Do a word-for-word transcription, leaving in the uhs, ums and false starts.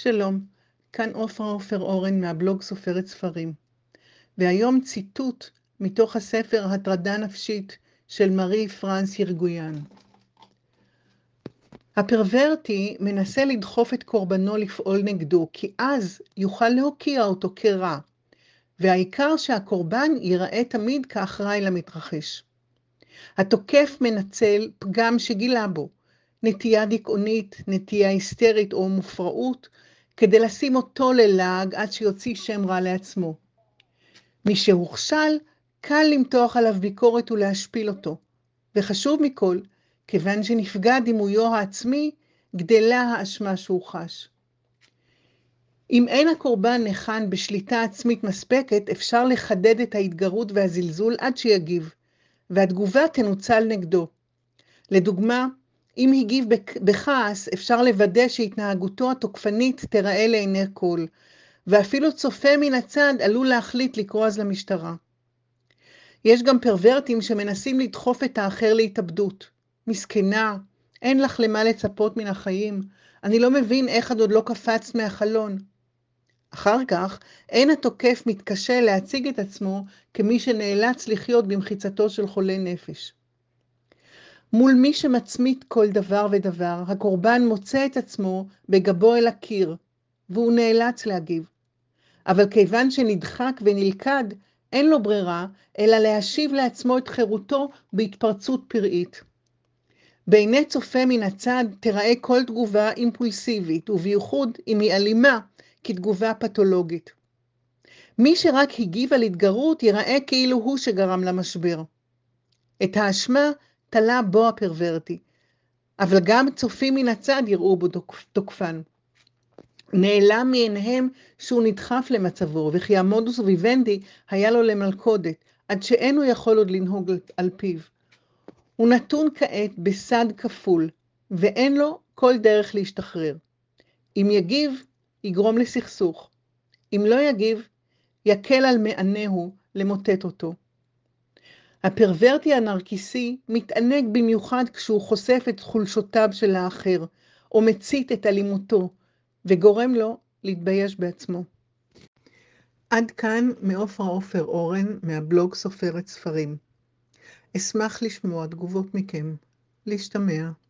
שלום, כאן עופרה עופר אורן מהבלוג סופרת ספרים. והיום ציטוט מתוך הספר הטרדה נפשית של מארי פרנס ירגויאן. הפרוורטי מנסה לדחוף את קורבנו לפעול נגדו, כי אז יוכל להוקיע אותו כרע, והעיקר שהקורבן ייראה תמיד כאחראי למתרחש. התוקף מנצל פגם שגילה בו, נטייה דיכאונית, נטייה היסטרית או מופרעות, כדי לשים אותו ללעג עד שיוציא שם רע לעצמו. מי שהוכשל, קל למתוח עליו ביקורת ולהשפיל אותו. וחשוב מכל, כיוון שנפגע דימויו העצמי, גדלה האשמה שהוא חש. אם אין הקורבן נחן בשליטה עצמית מספקת, אפשר לחדד את ההתגרות והזלזול עד שיגיב, והתגובה תנוצל נגדו. לדוגמה, אם הגיב בכעס, אפשר לוודא שהתנהגותו התוקפנית תראה לעיני כל, ואפילו צופה מן הצד עלול להחליט לקרוא אז למשטרה. יש גם פרוורטים שמנסים לדחוף את האחר להתאבדות. מסכנה, אין לך למה לצפות מן החיים, אני לא מבין איך את עוד לא קפצת מהחלון. אחר כך, אין התוקף מתקשה להציג את עצמו כמי שנאלץ לחיות במחיצתו של חולה נפש. מול מי שמצמית כל דבר ודבר, הקורבן מוצא את עצמו בגבו אל הקיר, והוא נאלץ להגיב. אבל כיוון שנדחק ונלכד, אין לו ברירה, אלא להשיב לעצמו את חירותו בהתפרצות פראית. בעיני צופה מן הצד תראה כל תגובה אימפולסיבית, ובייחוד אם היא אלימה כתגובה פתולוגית. מי שרק הגיב על התגרות ייראה כאילו הוא שגרם למשבר. את האשמה תלה בו הפרוורטי, אבל גם צופים מן הצד יראו בו תוקפן. נעלם מעיניהם שהוא נדחף למצבו, וכי המודוס ויבנדי היה לו למלכודת, עד שאין הוא יכול עוד לנהוג על פיו. הוא נתון כעת בסד כפול, ואין לו כל דרך להשתחרר. אם יגיב, יגרום לסכסוך. אם לא יגיב, יקל על מענהו למוטט אותו. הפרוורטי הנרקיסי מתענג במיוחד כשהוא חושף את חולשותיו של האחר, או מצית את אלימותו, וגורם לו להתבייש בעצמו. עד כאן מעופרה עופר אורן מהבלוג סופרת ספרים. אשמח לשמוע תגובות מכם. להשתמע.